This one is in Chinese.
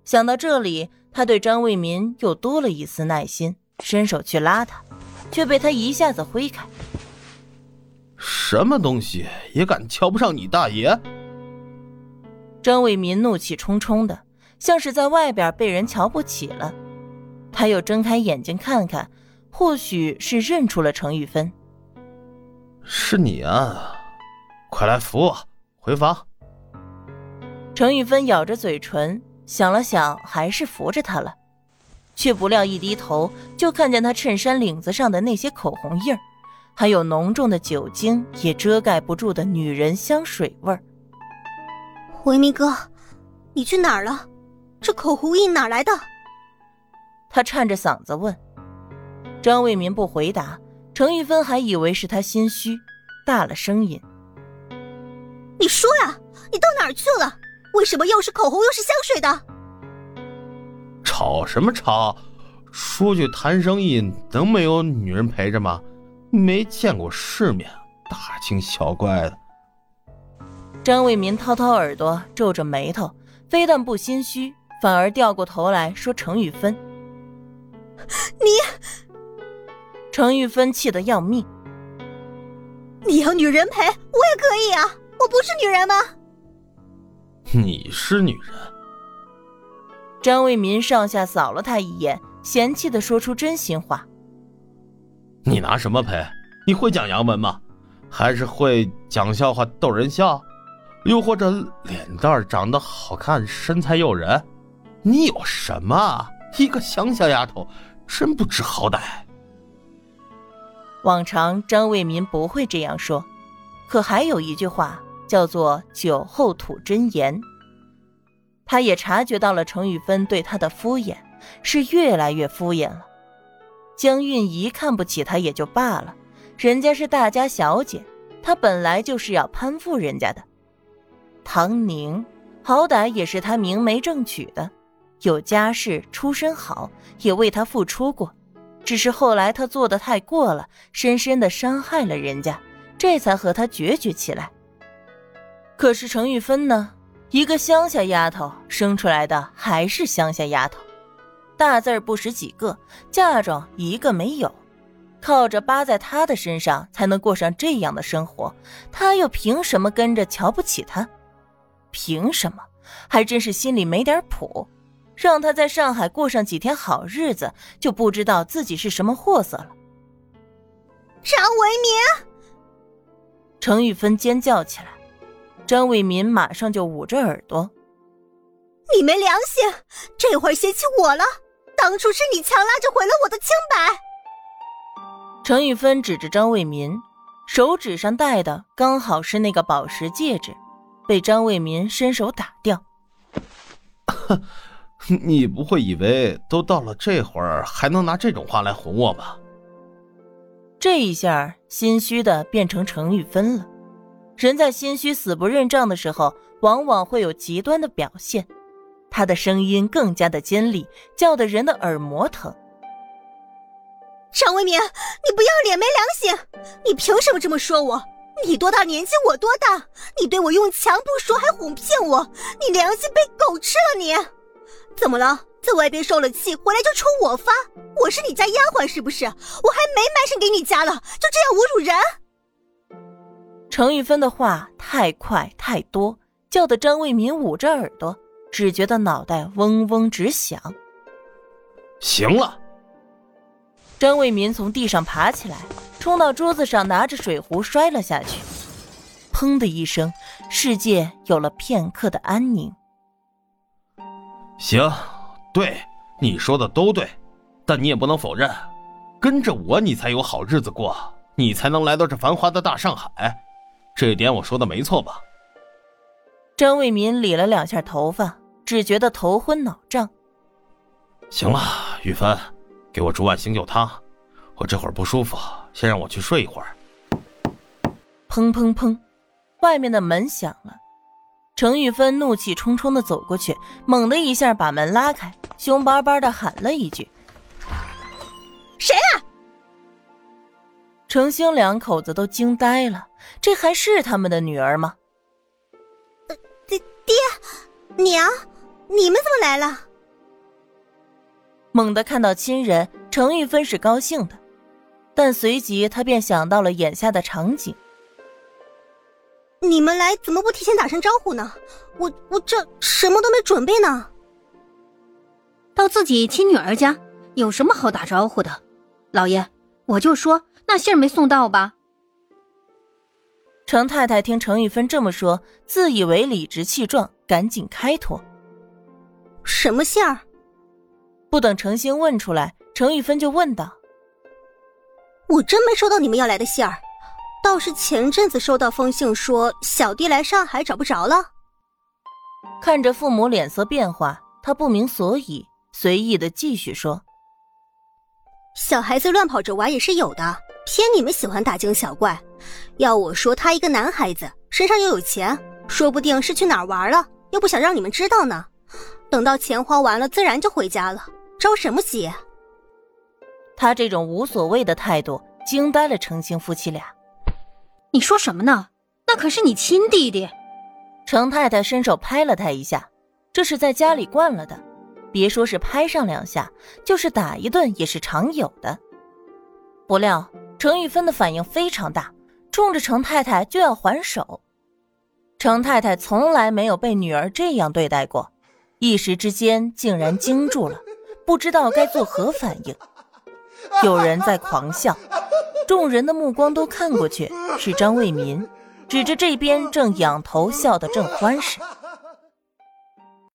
想到这里，他对张卫民又多了一丝耐心，伸手去拉他，却被他一下子挥开。 什么东西也敢瞧不上你大爷？ 张卫民怒气冲冲的，像是在外边被人瞧不起了。他又睁开眼睛看看，或许是认出了程玉芬。 是你啊，快来扶我回房。 程玉芬咬着嘴唇，想了想，还是扶着他了，却不料一低头，就看见他衬衫领子上的那些口红印儿，还有浓重的酒精也遮盖不住的女人香水味儿。 维明哥，你去哪儿了？这口红印哪来的？ 他颤着嗓子问。张卫民不回答，程玉芬还以为是他心虚，大了声音： 你说呀，你到哪儿去了？为什么又是口红又是香水的？ 吵什么吵？出去谈生意能没有女人陪着吗？没见过世面，大惊小怪的。 张卫民掏掏耳朵，皱着眉头，非但不心虚，反而掉过头来说程玉芬。程玉芬气得要命。 你要女人陪，我也可以啊，我不是女人吗？ 你是女人。 张卫民上下扫了他一眼，嫌弃地说出真心话。 你拿什么陪？你会讲洋文吗？还是会讲笑话逗人笑？又或者脸蛋长得好看，身材诱人？你有什么啊？一个乡下丫头，真不知好歹。 往常张卫民不会这样说，可还有一句话叫做酒后吐真言。他也察觉到了程玉芬对他的敷衍，是越来越敷衍了。江韵仪看不起他也就罢了，人家是大家小姐，他本来就是要攀附人家的。唐宁好歹也是他明媒正娶的，有家世，出身好，也为他付出过，只是后来他做得太过了，深深地伤害了人家，这才和他决绝起来。可是程玉芬呢，一个乡下丫头生出来的还是乡下丫头，大字儿不识几个，嫁妆一个没有，靠着扒在他的身上才能过上这样的生活，他又凭什么跟着瞧不起他？凭什么？还真是心里没点谱，让他在上海过上几天好日子，就不知道自己是什么货色了。 张维民！ 程玉芬尖叫起来，张卫民马上就捂着耳朵。 你没良心，这会儿嫌弃我了？当初是你强拉着毁了我的清白。 程玉芬指着张卫民，手指上戴的刚好是那个宝石戒指，被张卫民伸手打掉。 你不会以为都到了这会儿还能拿这种话来哄我吧？ 这一下心虚的变成程玉芬了。人在心虚死不认账的时候，往往会有极端的表现，他的声音更加的尖利，叫得人的耳膜疼。 张维民，你不要脸没良心，你凭什么这么说我？你多大年纪我多大？你对我用强不说还哄骗我，你良心被狗吃了你！怎么了？在外边受了气回来就冲我发？我是你家丫鬟是不是？我还没卖身给你家了，就这样侮辱人？ 程玉芬的话太快太多，叫得张卫民捂着耳朵，只觉得脑袋嗡嗡直响。 行了！ 张卫民从地上爬起来，冲到桌子上，拿着水壶摔了下去。砰的一声，世界有了片刻的安宁。 行，对，你说的都对，但你也不能否认，跟着我你才有好日子过，你才能来到这繁华的大上海，这一点我说的没错吧？ 张卫民理了两下头发，只觉得头昏脑胀。 行了，玉芬，给我煮碗醒酒汤，我这会儿不舒服，先让我去睡一会儿。 砰砰砰，外面的门响了。程玉芬怒气冲冲地走过去，猛地一下把门拉开，凶巴巴地喊了一句： 谁啊？ 程兴两口子都惊呆了，这还是他们的女儿吗？ 爹，娘，你们怎么来了？ 猛地看到亲人，程玉芬是高兴的，但随即他便想到了眼下的场景。 你们来怎么不提前打声招呼呢？我这什么都没准备呢。 到自己亲女儿家有什么好打招呼的？老爷，我就说那信儿没送到吧。 程太太听程玉芬这么说，自以为理直气壮，赶紧开脱。 什么信儿？ 不等程星问出来，程玉芬就问道： 我真没收到你们要来的信儿，倒是前阵子收到封信说小弟来上海找不着了。 看着父母脸色变化，他不明所以，随意的继续说： 小孩子乱跑着玩也是有的，偏你们喜欢大惊小怪。要我说，他一个男孩子身上又有钱，说不定是去哪儿玩了，又不想让你们知道呢。等到钱花完了自然就回家了，着什么急？ 他这种无所谓的态度惊呆了程星夫妻俩。 你说什么呢？那可是你亲弟弟。 程太太伸手拍了他一下，这是在家里惯了的，别说是拍上2下，就是打一顿也是常有的。不料程玉芬的反应非常大，冲着程太太就要还手。程太太从来没有被女儿这样对待过，一时之间竟然惊住了，不知道该作何反应。有人在狂笑，众人的目光都看过去，是张卫民，指着这边正仰头笑得正欢实。